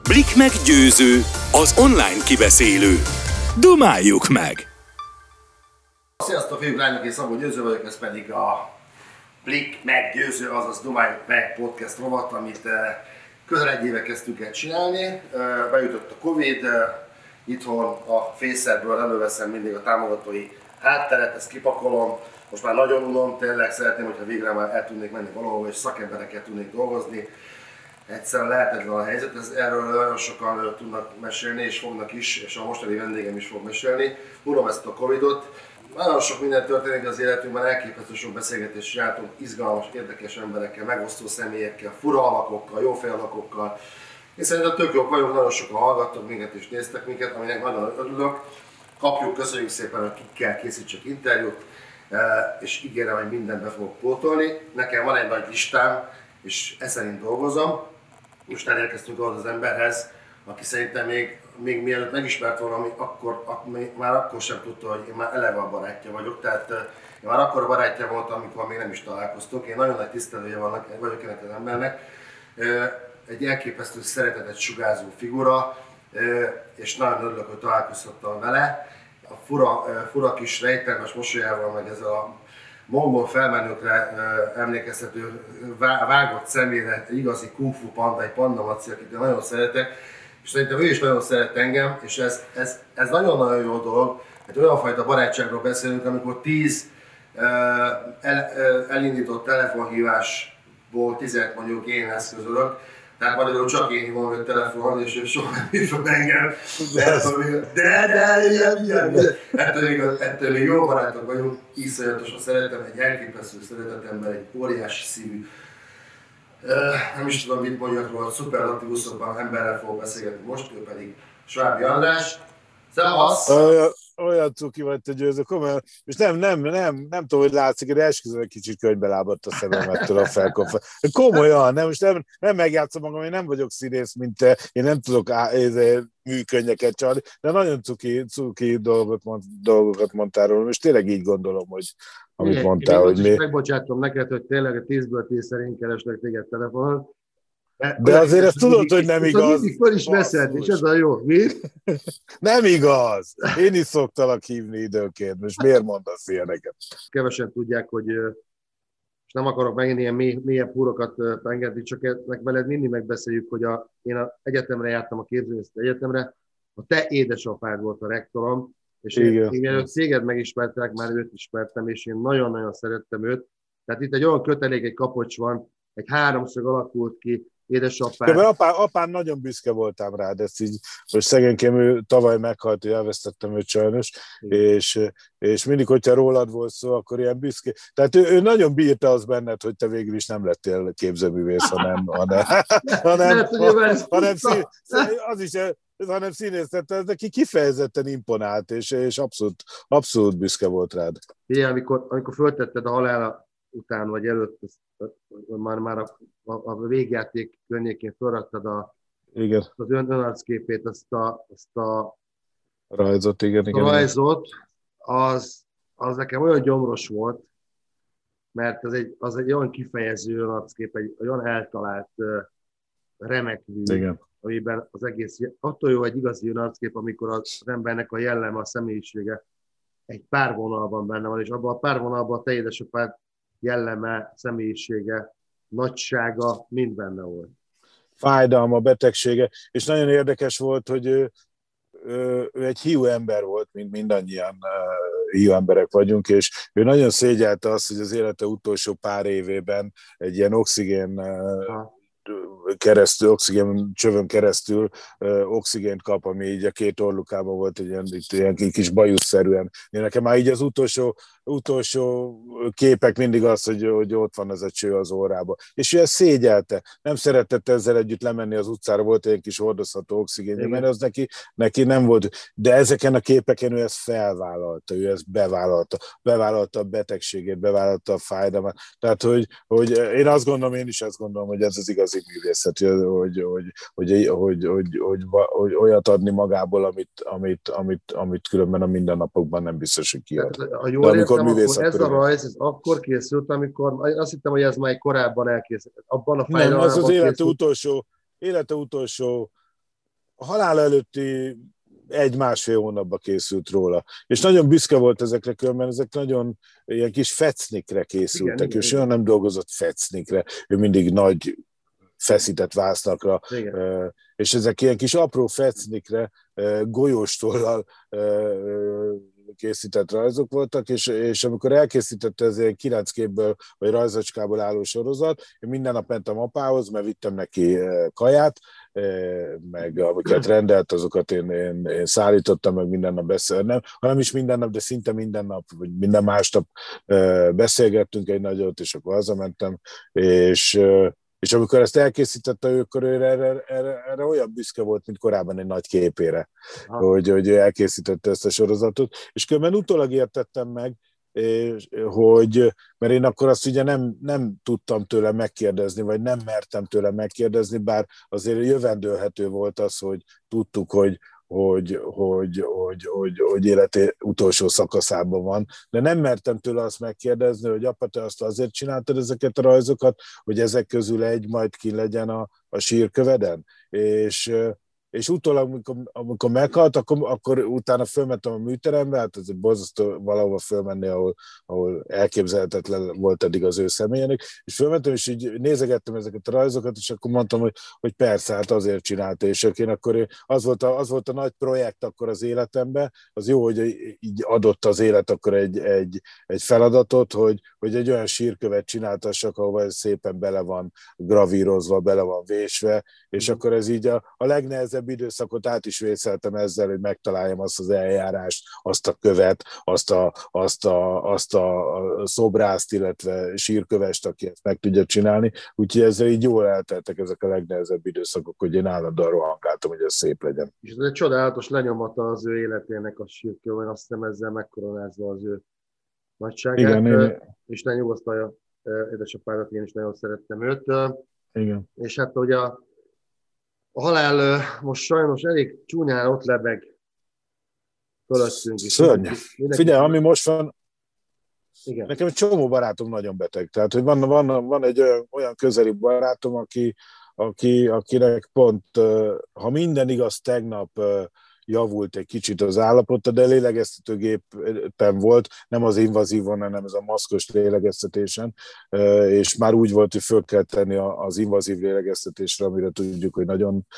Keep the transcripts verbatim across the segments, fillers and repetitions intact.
Blik meggyőző, az online kibeszélő. Dumáljuk meg! Sziasztok, fiúk, lányok, én Szabó Győző vagyok, ez pedig a Blik meggyőző, azaz Dumáljuk meg podcast rovat, amit közel egy éve kezdtünk el csinálni. Bejutott a Covid, itthon a Facerből előveszem mindig a támogatói hátteret, ezt kipakolom. Most már nagyon unom, tényleg szeretném, hogyha végre már el tudnék menni valahol, és szakemberekkel tudnék dolgozni. Egyszerűen lehetetlen a helyzet, ez, erről nagyon sokan tudnak mesélni, és fognak is, és a mostani vendégem is fog mesélni. Unom ezt a Covidot. Nagyon sok minden történik az életünkben, elképesztő sok beszélgetést csináltunk izgalmas, érdekes emberekkel, megosztó személyekkel, fura alakokkal, jófej alakokkal. Én szerintem tök jók vagyunk, nagyon sokan hallgattok minket és néztek minket, aminek nagyon örülök. Kapjuk, köszönjük szépen, hogy kikkel készítsek interjút, és ígérem, hogy mindent be fogok pótolni. Nekem van egy nagy listám, és e szerint dolgozom. Most elérkeztünk ahhoz az emberhez, aki szerintem még, még mielőtt megismert volna, ami akkor, ak, már akkor sem tudta, hogy én már eleve a barátja vagyok. Tehát én már akkor a barátja voltam, amikor még nem is találkoztunk. Én nagyon nagy tisztelője vannak, vagyok ennek az embernek. Egy elképesztő szeretetet sugárzó figura, és nagyon örülök, hogy találkozhattam vele. A fura, fura kis rejtelmes mosolyával, meg ezzel a mongol felmenőkre uh, emlékeztető vágott szemére egy igazi kung fu panda, egy panda maci, akit én nagyon szeretek, és szerintem ő is nagyon szeret engem, és ez, ez, ez nagyon-nagyon jó dolog. Egy olyan fajta barátságról beszélünk, amikor tíz uh, el, uh, elindított telefonhívásból tizet mondjuk én eszközölök, tehát magyarul csak én hívom a telefonon, és ő soha nem hívom engem. De, de, de, ilyen, ilyen, ilyen. Ettől még, ettől még jó barátok vagyunk, iszonyatosan szeretem, egy elképesztő szeretetemben, egy óriási szívű. Nem is tudom, mit mondjak róla, szuperlatívuszokban emberrel fogok beszélgetni most, ő pedig Svábi András. Szevasz! Olyan cuki vagy, te Győző, komolyan, és nem, nem, nem, nem tudom, hogy látszik, de esküszöm, egy kicsit könyvbe lábadt a szemem ettől a felkonfa. Komolyan, nem, most nem, nem megjátszom magam, én nem vagyok színész, mint te, én nem tudok műkönyveket csalni, de nagyon cuki, cuki dolgot, mond, dolgokat mondtál róla, és tényleg így gondolom, hogy amit igen, mondtál, hogy mi... Megbocsátom neked, hogy tényleg a tízből tíz szerint keresnek téged telefonon. De, de azért ezt tudod, hogy nem igaz. Mindig föl is veszed, és ez a jó, mi? Nem igaz! Én is szoktalak hívni időnként, most miért mondasz ilyeneket? Kevesen tudják, hogy és nem akarok megint ilyen mély, mélyebb húrokat engedni, csak meg veled mindig megbeszéljük, hogy a, én az egyetemre jártam, a képzőművészeti egyetemre, a te édesapád volt a rektorom, és én, én mielőtt téged megismertelek, már őt ismertem, és én nagyon-nagyon szerettem őt. Tehát itt egy olyan kötelék, egy kapocs van, egy háromszög alakult ki, édesapád. Ja, apám, apám nagyon büszke voltam rád, ezt így, most szegénykém ő tavaly meghalt, hogy elvesztettem őt sajnos, és, és mindig, hogyha rólad volt szó, akkor ilyen büszke. Tehát ő, ő nagyon bírta az benned, hogy te végül is nem lettél képzőművész, hanem, hanem, hanem, hanem, hanem szín, az is, hanem színész, tehát ez neki kifejezetten imponált, és, és abszolút, abszolút büszke volt rád. Igen, amikor, amikor föltetted a halála után vagy előtt, már, már a, a, a végjáték környékén felraktad a, igen. az ön, önarcképét, azt a, azt a rajzot, igen, a igen, rajzot, az, az nekem olyan gyomros volt, mert az egy, az egy olyan kifejező önarckép, egy olyan eltalált remek mű, igen. Amiben az egész, attól jó egy igazi önarckép, amikor az embernek a jelleme, a személyisége egy pár vonalban benne van, és abban a pár vonalban a te édesapád jelleme, személyisége, nagysága mind benne volt. Fájdalma, betegsége, és nagyon érdekes volt, hogy ő, ő, ő egy hiú ember volt, mint mindannyian uh, hiú emberek vagyunk, és ő nagyon szégyelte azt, hogy az élete utolsó pár évében egy ilyen oxigén uh, keresztül, oxigén csövön keresztül ö, oxigént kap, ami így a két orlukában volt, egy ilyen, ilyen kis bajuszszerűen. Én nekem már így az utolsó, utolsó képek mindig az, hogy, hogy ott van ez a cső az órába. És ő ezt szégyelte. Nem szeretett ezzel együtt lemenni az utcára, volt egy kis hordozható oxigénje, mert az neki, neki nem volt. De ezeken a képeken ő ezt felvállalta, ő ezt bevállalta. Bevállalta a betegségét, bevállalta a fájdalmat. Tehát, hogy, hogy én azt gondolom, én is azt gondolom, hogy ez az igazi művészet, hogy, hogy, hogy, hogy, hogy, hogy, hogy, hogy olyat adni magából, amit, amit, amit, amit különben a mindennapokban nem biztos, hogy kiad. Ha jól értem, akkor ez a rajz ez akkor készült, amikor azt hittem, hogy ez már korábban elkészült. Abban a nem, ez az élete utolsó, élete utolsó a halál előtti egy-másfél hónapba készült róla. És nagyon büszke volt ezekre, különben ezek nagyon ilyen kis fecnikre készültek, igen, és olyan nem dolgozott fecnikre, ő mindig nagy feszített vásznakra, igen. És ezek ilyen kis apró fecnikre golyóstollal készített rajzok voltak, és, és amikor elkészítette ez egy kilenc képből, vagy rajzocskából álló sorozat, én minden nap mentem apához, mert vittem neki kaját, meg amiket rendelt, azokat én, én, én szállítottam, meg minden nap beszél, nem, hanem is minden nap, de szinte minden nap, vagy minden másnap beszélgettünk egy nagyot, és akkor hazamentem, és És amikor ezt elkészítette ő, akkor ő erre, erre, erre olyan büszke volt, mint korábban egy nagy képére, hogy, hogy ő elkészítette ezt a sorozatot. És különben utólag értettem meg, és, hogy, mert én akkor azt ugye nem, nem tudtam tőle megkérdezni, vagy nem mertem tőle megkérdezni, bár azért jövendőlhető volt az, hogy tudtuk, hogy Hogy, hogy, hogy, hogy, hogy életé utolsó szakaszában van. De nem mertem tőle azt megkérdezni, hogy apa, te azt azért csináltad ezeket a rajzokat, hogy ezek közül egy majd ki legyen a, a sírköveden. És, és utólag, amikor, amikor meghalt, akkor, akkor utána fölmentem a műterembe, hát ez egy borzasztó valahova fölmenni, ahol, ahol elképzelhetetlen volt eddig az ő személyének, és fölmentem, és így nézegettem ezeket a rajzokat, és akkor mondtam, hogy, hogy persze, hát azért csinálta, és én akkor az volt, a, az volt a nagy projekt akkor az életemben, az jó, hogy így adott az élet akkor egy, egy, egy feladatot, hogy, hogy egy olyan sírkövet csináltassak, ahol szépen bele van gravírozva, bele van vésve, és mm. akkor ez így a, a legnehezebb időszakot át is vészeltem ezzel, hogy megtaláljam azt az eljárást, azt a követ, azt a, azt a, azt a szobrászt, illetve sírkövest, aki ezt meg tudja csinálni. Úgyhogy ezzel így jól elteltek ezek a legnehezebb időszakok, hogy én állandóan rohangáltam, hogy ez szép legyen. És ez egy csodálatos lenyomata az ő életének a sírkövet, azt hiszem ezzel megkoronázva az ő nagyságát. Igen, én... És ne nyugosztalja édesapádat, én is nagyon szerettem őt. Igen. És hát ugye a A halál most sajnos elég csúnyán ott lebeg fölöttünk is. Szörny. Figyelj, ami most van, igen. Nekem egy csomó barátom nagyon beteg. Tehát, hogy van, van, van egy olyan, olyan közeli barátom, aki, aki, akinek pont, ha minden igaz, tegnap javult egy kicsit az állapota, de lélegeztetőgépen volt, nem az invazívon, hanem ez a maszkos lélegeztetésen, és már úgy volt, hogy föl kell tenni az invazív lélegeztetésre, amire tudjuk, hogy nagyon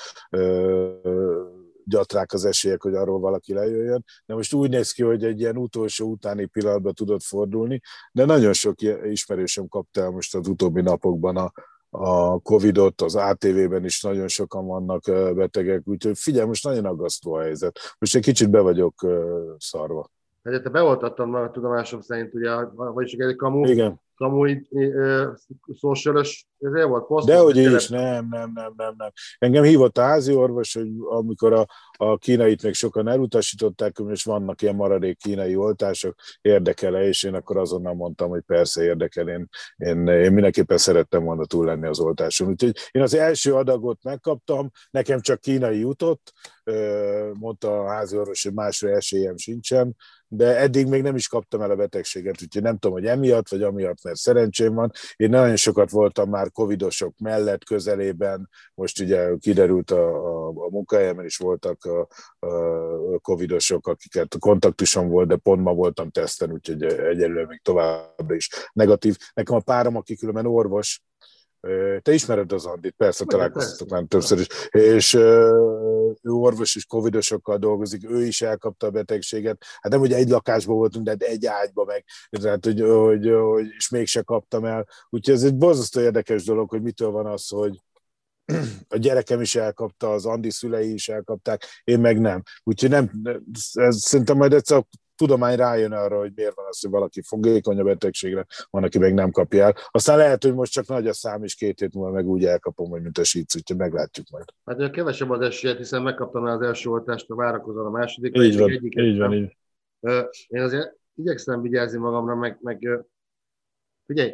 gyatrák az esélyek, hogy arról valaki lejöjjön. De most úgy néz ki, hogy egy ilyen utolsó utáni pillanatban tudott fordulni, de nagyon sok ismerősöm kapta el most az utóbbi napokban a a Covidot, az á té vében is nagyon sokan vannak betegek, úgyhogy figyelj, most nagyon aggasztó a helyzet. Most egy kicsit be vagyok szarva. Hát te beoltattad már a tudomásom szerint, ugye, vagyis egy kamu, igen. kamu szósörös, ezért volt poszt? Dehogy is, nem, nem, nem, nem, nem. Engem hívott a házi orvos, hogy amikor a, a kínait még sokan elutasították, és vannak ilyen maradék kínai oltások, érdekel-e, és én akkor azonnal mondtam, hogy persze érdekel, én, én, én mindenképpen szerettem volna túl lenni az oltáson. Úgyhogy én az első adagot megkaptam, nekem csak kínai jutott, mondta a házi orvos, hogy másra esélyem sincsen, de eddig még nem is kaptam el a betegséget, úgyhogy nem tudom, hogy emiatt, vagy amiatt, mert szerencsém van. Én nagyon sokat voltam már covidosok mellett, közelében, most ugye kiderült a, a, a munkahelyemen is voltak a, a covidosok, akiket kontaktusom volt, de pont ma voltam teszten, úgyhogy egyelőre még továbbra is negatív. Nekem a párom, aki különben orvos, te ismered az Andit, persze találkoztatok már többször is, és ő orvos és covidosokkal dolgozik, ő is elkapta a betegséget, hát nem, hogy egy lakásban voltunk, de egy ágyban meg, tehát, hogy, hogy, hogy, és mégse kaptam el, úgyhogy ez egy borzasztó érdekes dolog, hogy mitől van az, hogy a gyerekem is elkapta, az Andi szülei is elkapták, én meg nem. Úgyhogy nem, ez, szerintem majd egyszer a tudomány rájön arra, hogy miért van az, hogy valaki fogékony a betegségre, van, aki meg nem kapja el. Aztán lehet, hogy most csak nagy a szám, és két hét múlva meg úgy elkapom, hogy mint a síc, úgyhogy meglátjuk majd. Hát kevesebb az esélyed, hiszen megkaptam az első oltást, a várakozol a második. Így van, így van, így van. Én azért igyekszem vigyázni magamra, meg, meg figyelj,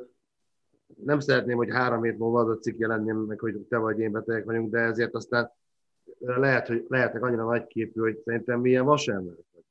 nem szeretném, hogy három hét múlva az a cikk jelenném meg, hogy te vagy én betegek vagyunk, de ezért aztán lehet, hogy lehetnek annyira nagyképű, hogy szerintem milyen vasemberek vagy.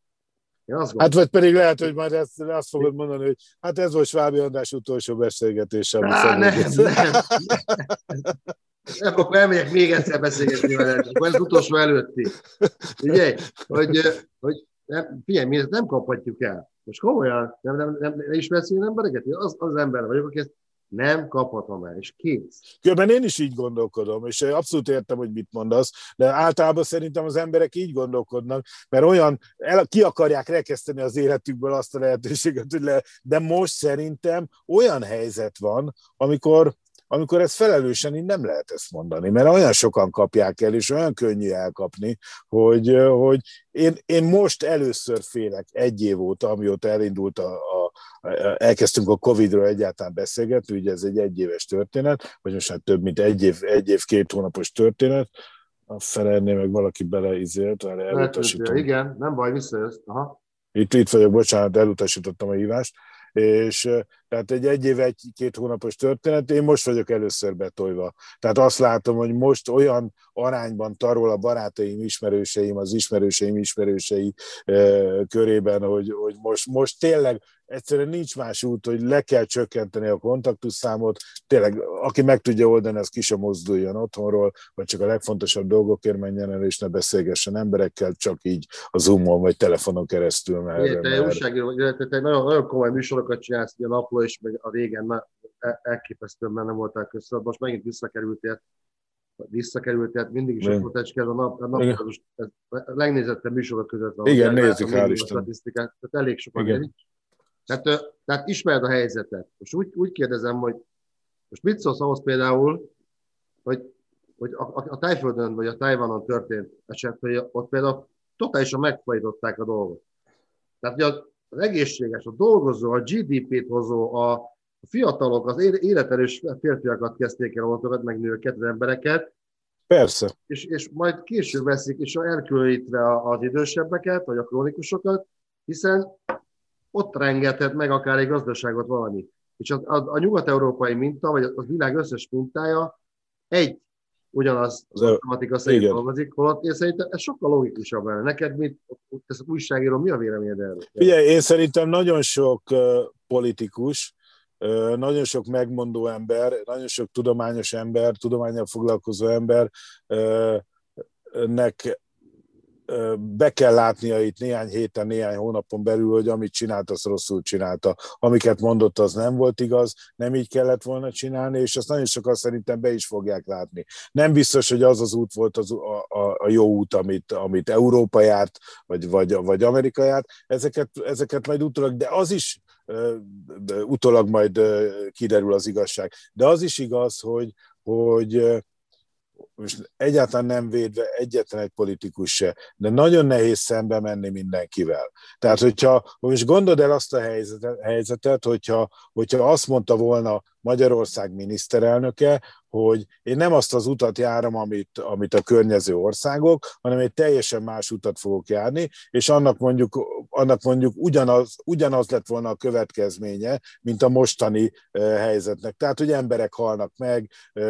Hát vagy pedig lehet, hogy majd ezt, azt fogod mondani, hogy hát ez volt Svábi András utolsó beszélgetés. Á, nem, nem, nem. Nem, akkor elmegyek még egyszer beszélgetni vele, akkor ez utolsó előtti. Ugye, hogy, hogy nem, figyelj, mi ezt nem kaphatjuk el. Most komolyan, nem, nem, nem, nem ismersz ilyen embereket? Az, az ember vagyok, aki ezt nem kaphatom el, és kész. Különben én is így gondolkodom, és abszolút értem, hogy mit mondasz, de általában szerintem az emberek így gondolkodnak, mert olyan, el, ki akarják rekeszteni az életükből azt a lehetőséget, hogy le, de most szerintem olyan helyzet van, amikor amikor ez felelősen így nem lehet ezt mondani, mert olyan sokan kapják el, és olyan könnyű elkapni, hogy, hogy én, én most először félek egy év óta, amióta elindult a, a elkezdtünk a Covidról egyáltalán beszélgetni, ugye ez egy egyéves történet, vagy most már több mint egy év, egy év, két hónapos történet, a Felernél meg valaki beleizélt, elutasítom. Igen, nem baj, visszajössz. Aha. Itt, itt vagyok, bocsánat, elutasítottam a hívást, és tehát egy egy év, egy-két hónapos történet, én most vagyok először betolva. Tehát azt látom, hogy most olyan arányban tarol a barátaim, ismerőseim, az ismerőseim ismerősei e, körében, hogy, hogy most, most tényleg egyszerűen nincs más út, hogy le kell csökkenteni a kontaktusszámot, tényleg aki meg tudja oldani, az ki sem mozduljon otthonról, vagy csak a legfontosabb dolgokért menjen el, és ne beszélgessen emberekkel, csak így a Zoomon vagy telefonon keresztül. Mert, Igen, te mert... újságíró, te nagyon, nagyon komoly műsorokat csinálsz a napló, és meg a régen elképesztően benne voltál közszor, most megint visszakerültél, visszakerültél, mindig is ott volt egy ez a nap, a nap ez a legnézettebb műsorok között van. Igen, nézzük, hál' Isten. Statisztikát, tehát elég sokan nézik. Tehát, tehát ismered a helyzetet. Most úgy, úgy kérdezem, hogy most mit szólsz ahhoz például, hogy, hogy a, a, a Tájföldön vagy a Tajvanon történt eset, hogy ott például totálisan megfajították a dolgot. Tehát ugye az egészséges, a dolgozó, a gé dé pét hozó, a, a fiatalok, az életerős férfiakat kezdték el azokat, meg nőket, az embereket. Persze. És, és majd később veszik, és elkülönítve az idősebbeket, vagy a krónikusokat, hiszen ott rengetett meg akár egy gazdaságot valami. És a, a, a nyugat-európai minta, vagy a világ összes mintája egy ugyanaz az matematika szerint dolgozik, holott én szerintem ez sokkal logikusabb lenne. Neked, mint ez az újságíró, mi a véleményed erről? Figyelj, én szerintem nagyon sok uh, politikus, uh, nagyon sok megmondó ember, nagyon sok tudományos ember, tudománnyal foglalkozó ember uh, nek be kell látnia itt néhány héten, néhány hónapon belül, hogy amit csinált, az rosszul csinálta. Amiket mondott, az nem volt igaz, nem így kellett volna csinálni, és azt nagyon sokan szerintem be is fogják látni. Nem biztos, hogy az az út volt az, a, a, a jó út, amit, amit Európa járt, vagy, vagy, vagy Amerika járt. Ezeket, ezeket majd utólag, de az is uh, utólag majd uh, kiderül az igazság. De az is igaz, hogy, hogy uh, most egyáltalán nem védve egyetlen egy politikus se, de nagyon nehéz szembe menni mindenkivel. Tehát, hogyha most gondold el azt a helyzetet, helyzetet hogyha, hogyha azt mondta volna Magyarország miniszterelnöke, hogy én nem azt az utat járom, amit, amit a környező országok, hanem egy teljesen más utat fogok járni, és annak mondjuk, annak mondjuk ugyanaz, ugyanaz lett volna a következménye, mint a mostani uh, helyzetnek. Tehát, hogy emberek halnak meg,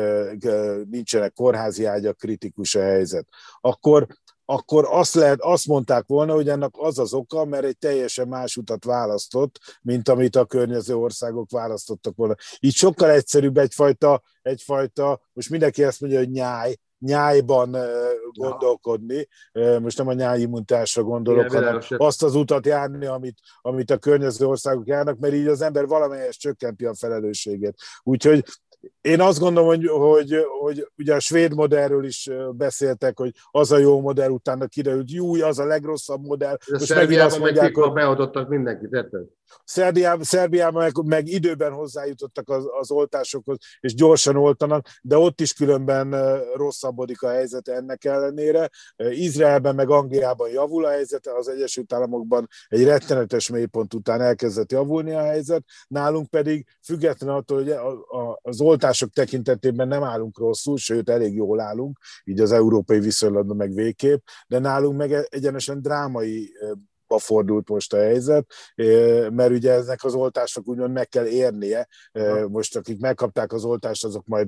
uh, nincsenek kórházi ágyak, kritikus a helyzet. Akkor akkor azt, lehet, azt mondták volna, hogy ennek az az oka, mert egy teljesen más utat választott, mint amit a környező országok választottak volna. Így sokkal egyszerűbb egyfajta, egyfajta most mindenki ezt mondja, hogy nyáj, nyájban gondolkodni, most nem a nyájimmunitásra gondolok, igen, hanem azt az utat járni, amit, amit a környező országok járnak, mert így az ember valamelyest csökkenti a felelősségét. Úgyhogy én azt gondolom, hogy, hogy, hogy ugye a svéd modellről is beszéltek, hogy az a jó modell, utána kiderült, júj, az a legrosszabb modell. Most Szerbiában meg hogy... beadottak mindenkit, érted? Szerbiában, Szerbiában meg, meg időben hozzájutottak az, az oltásokhoz, és gyorsan oltanak, de ott is különben rosszabbodik a helyzet ennek ellenére. Izraelben meg Angliában javul a helyzet, az Egyesült Államokban egy rettenetes mélypont után elkezdett javulni a helyzet, nálunk pedig függetlenül attól, hogy az oltások tekintetében nem állunk rosszul, sőt elég jól állunk, így az európai viszonylatban meg végképp, de nálunk meg egyenesen drámai abba fordult most a helyzet, mert ugye eznek az oltásnak úgymond meg kell érnie. Most akik megkapták az oltást, azok majd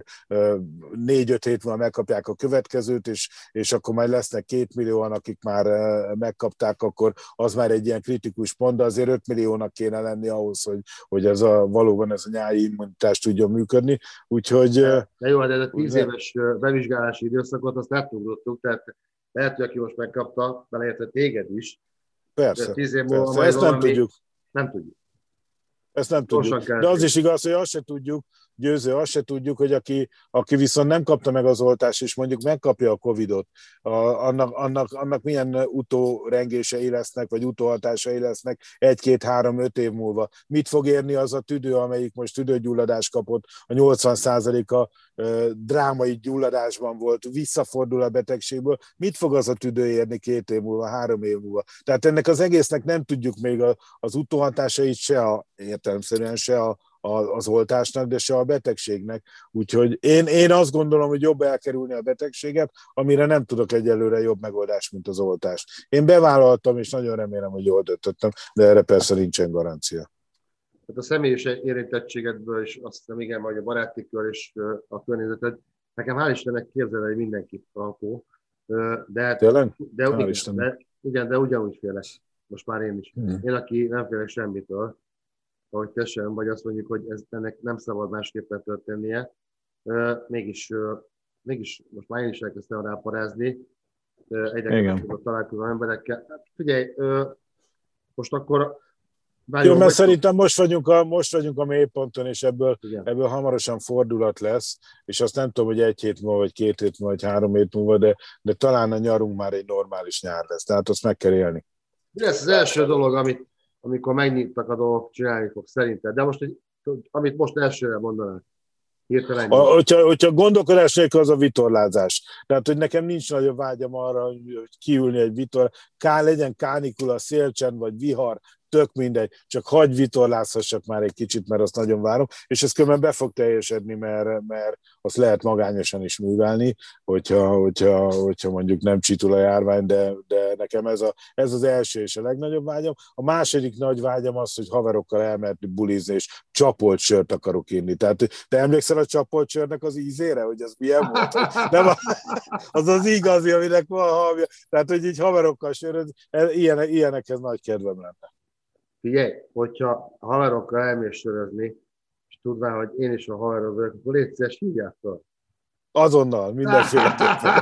négy-öt hét múlva megkapják a következőt, és, és akkor majd lesznek két millióan, akik már megkapták, akkor az már egy ilyen kritikus pont, de azért öt milliónak kéne lenni ahhoz, hogy, hogy ez a, valóban ez a nyári immunitás tudjon működni. Úgyhogy... De, de jó, de ez a tíz éves bevizsgálási időszakot azt átugrottuk, tehát lehet, hogy aki most megkapta, beleértve téged is. Persze, tíz év múlva persze. Ezt nem tudjuk. Nem tudjuk. Ezt nem tudjuk. De az is igaz, hogy azt se tudjuk, Győző, azt se tudjuk, hogy aki, aki viszont nem kapta meg az oltást, és mondjuk megkapja a Covidot, a, annak, annak, annak milyen utórengései lesznek, vagy utóhatásai lesznek egy-két-három-öt év múlva. Mit fog érni az a tüdő, amelyik most tüdőgyulladást kapott, a nyolcvan százaléka drámai gyulladásban volt, visszafordul a betegségből, mit fog az a tüdő érni két év múlva, három év múlva? Tehát ennek az egésznek nem tudjuk még az utóhatásait se a, értelemszerűen se a az oltásnak, de se a betegségnek. Úgyhogy én, én azt gondolom, hogy jobb elkerülni a betegséget, amire nem tudok egyelőre jobb megoldás, mint az oltás. Én bevállaltam, és nagyon remélem, hogy jól döntöttem, de erre persze nincsen garancia. Hát a személyes érintettségedből is azt hiszem, igen, vagy a baráti kör és a környezeted. Nekem hál' Istennek képzelni, hogy mindenki frankó. De, Tényleg? De, de, igen, de, igen, de ugyanúgy félek. Most már én is. Hmm. Én, aki nem félek semmitől, ahogy te sem, vagy azt mondjuk, hogy ez, ennek nem szabad másképpen történnie. Mégis, mégis most már én is elkezdtem ráparázni. Egyre tudok találkozom emberekkel. Figyelj, most akkor... Jó, mert szerintem most vagyunk a, most vagyunk a mélyponton, és ebből, ebből hamarosan fordulat lesz, és azt nem tudom, hogy egy hét múlva, vagy két hét múlva, vagy három hét múlva, de, de talán a nyarunk már egy normális nyár lesz. Tehát azt meg kell élni. Ez az első dolog, amit amikor megnyitnak a dolgok, csinálni fog szerinted. De most, amit most elsőre mondanák, hirtelen. A, hogyha, hogyha gondolkodás nélkül, az a vitorlázás. Tehát, hogy nekem nincs nagyobb vágyam arra, hogy kiülni egy vitor, ká legyen kánikula, szélcsend vagy vihar, tök mindegy, csak hagyj vitorlázhassak már egy kicsit, mert azt nagyon várom, és ez különben be fog teljesedni, mert, mert azt lehet magányosan is művelni, hogyha, hogyha, hogyha mondjuk nem csitul a járvány, de, de nekem ez, a, ez az első és a legnagyobb vágyam. A második nagy vágyam az, hogy haverokkal elmenni bulizni, és csapolt sört akarok inni. Tehát te emlékszel a csapolt sörnek az ízére, hogy az milyen volt? Nem, az az igazi, aminek van havja. Tehát, hogy így haverokkal söröd, ilyen, ilyenekhez nagy kedvem lenne. Figyelj, hogyha a haverokkal elmész sörözni, és tudván, hogy én is a haverod vagyok, akkor légy szíves, hívják fel. Azonnal, mindenféleképpen.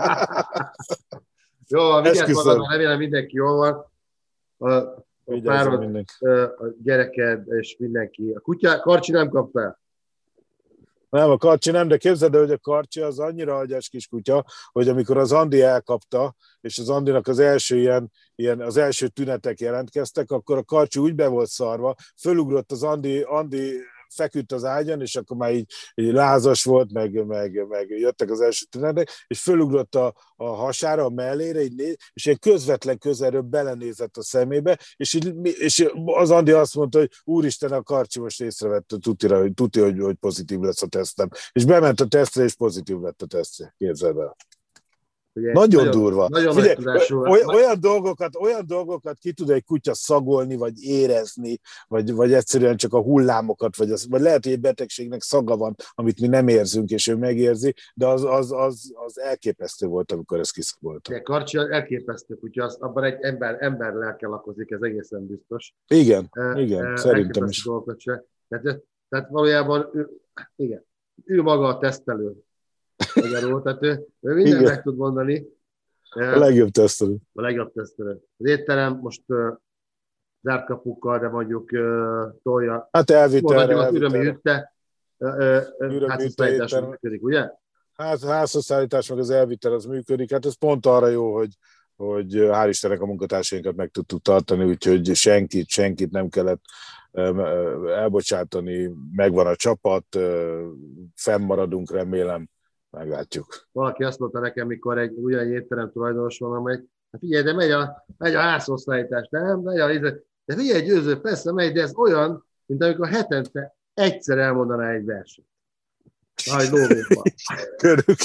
Jó, vigyázz magadban, remélem mindenki jól van. A, a párod, mindenki. A gyereked és mindenki. A kutya, Karcsi nem kaptál? Nem, a Karcsi nem, de képzeld el, hogy a Karcsi az annyira agyas kis kutya, hogy amikor az Andi elkapta, és az Andinak az első ilyen, ilyen az első tünetek jelentkeztek, akkor a Karcsi úgy be volt szarva, fölugrott az Andi, Andi feküdt az ágyon, és akkor már így, így lázas volt, meg, meg, meg jöttek az első tünetek, és fölugrott a, a hasára, a mellére, így néz, és egy közvetlen közelről belenézett a szemébe, és, így, és az Andi azt mondta, hogy úristen, a Karcsi most észrevette tutira, hogy, tuti, hogy, hogy pozitív lesz a tesztem. És bement a tesztre, és pozitív lett a tesztre. Képzeld el. Ugye, nagyon, nagyon durva. Nagyon Figyelj, olyan, olyan, dolgokat, olyan dolgokat ki tud egy kutya szagolni, vagy érezni, vagy, vagy egyszerűen csak a hullámokat, vagy, az, vagy lehet, hogy egy betegségnek szaga van, amit mi nem érzünk, és ő megérzi, de az, az, az, az elképesztő volt, amikor ezt kiszagolta. Karcsi elképesztő kutya, az, abban egy ember, ember lelke lakozik, ez egészen biztos. Igen, e, igen, e, szerintem is. Tehát, tehát valójában ő, igen, ő maga a tesztelő. Magyarul, tehát ő, ő mindent meg tud mondani. A legjobb tesztelő. A legjobb tesztelő. Az étterem most uh, zárt kapukkal, de mondjuk uh, tolja. Hát elvitt erre. Az ürömi hütte, házhozszállítás működik, ugye? Hát házhozszállítás meg az elvitel az működik. Hát ez pont arra jó, hogy, hogy hál' Istennek a munkatársainkat meg tudtuk tartani, úgyhogy senkit, senkit nem kellett elbocsátani. Megvan a csapat, fennmaradunk, remélem. Meglátjuk. Valaki azt mondta nekem, mikor egy ugyan étterem tulajdonos van, amely, hát figyelj, de megy a, megy a házhozszállítás, nem? Megy a, de figyelj, Győző, persze megy, de ez olyan, mint amikor hetente egyszer elmondaná egy verset. Ahogy lóvékban. Körülbelül.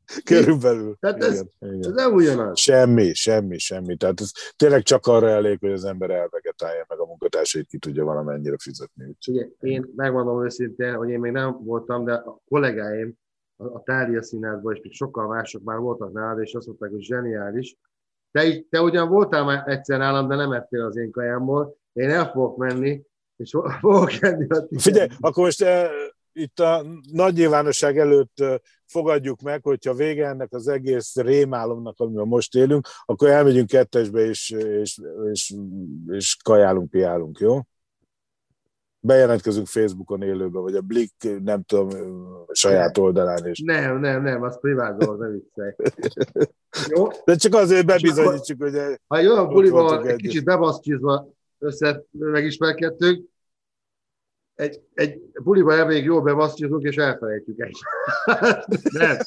Körülbelül. Tehát ez, igen, igen. ez nem ugyanaz. Semmi, semmi, semmi. Tehát ez tényleg csak arra elég, hogy az ember elvegetálja, meg a munkatársait ki tudja valamennyire fizetni. Ugye, én megmondom őszintén, hogy én még nem voltam, de a kollégáim a, a Thália Színházban, és még sokkal mások már voltak nálad, és azt mondták, hogy zseniális. Te, te ugyan voltál már egyszer nálam, de nem ettél az én kajámból. Én el fogok menni, és fogok enni a tiket. Figyelj, akkor most eh, itt a nagy nyilvánosság előtt eh, fogadjuk meg, hogyha vége ennek az egész rémálomnak, amiben most élünk, akkor elmegyünk kettesbe, és, és, és, és kajálunk, piálunk, jó? Bejelentkezünk Facebookon élőben, vagy a Blik, nem tudom, saját oldalán. És... Nem, nem, nem, az privát dolog, nem viccelj. Jó? De csak azért bebizonyítsuk, hogy... Ha egy olyan bulival egy kicsit bebaszkizva össze megismerkedtünk, egy, egy buliba elvég jól bebaszkizunk, és elfelejtjük egymást. Nem.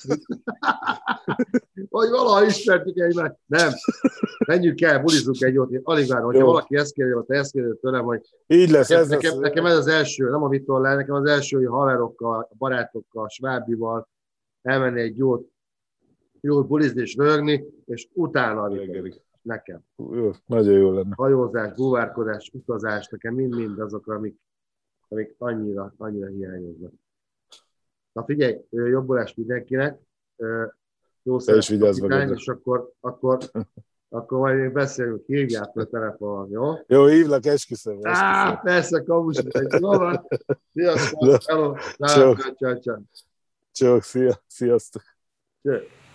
Vagy valaha ismertük egymást. Nem. Menjünk el, bulizunk egy jót. Én alig várom, hogyha valaki ezt kérdezi, vagy te ezt kérdezi tőlem, hogy így lesz, nekem, ez nekem, lesz. nekem ez az első, nem a Vitollal, nekem az első, hogy haverokkal, barátokkal, svábival elmenni egy jót, jót bulizni és röhögni, és utána a Vitoll. Nekem. Jó, nagyon jó lenne. Hajózás, búvárkodás, utazás, nekem mind-mind azok, amik, amik annyira, annyira hiányoznak. Na figyelj, jobbulást mindenkinek, jó szeretet, és akkor, akkor, akkor majd még beszélünk, hívjál a telefonon, jó? Jó, hívlak, esküszöm. Á, persze, kamus, jó van. Sziasztok, hello, Csók. csá, csá, csá. Csók, szia, sziasztok. Cső.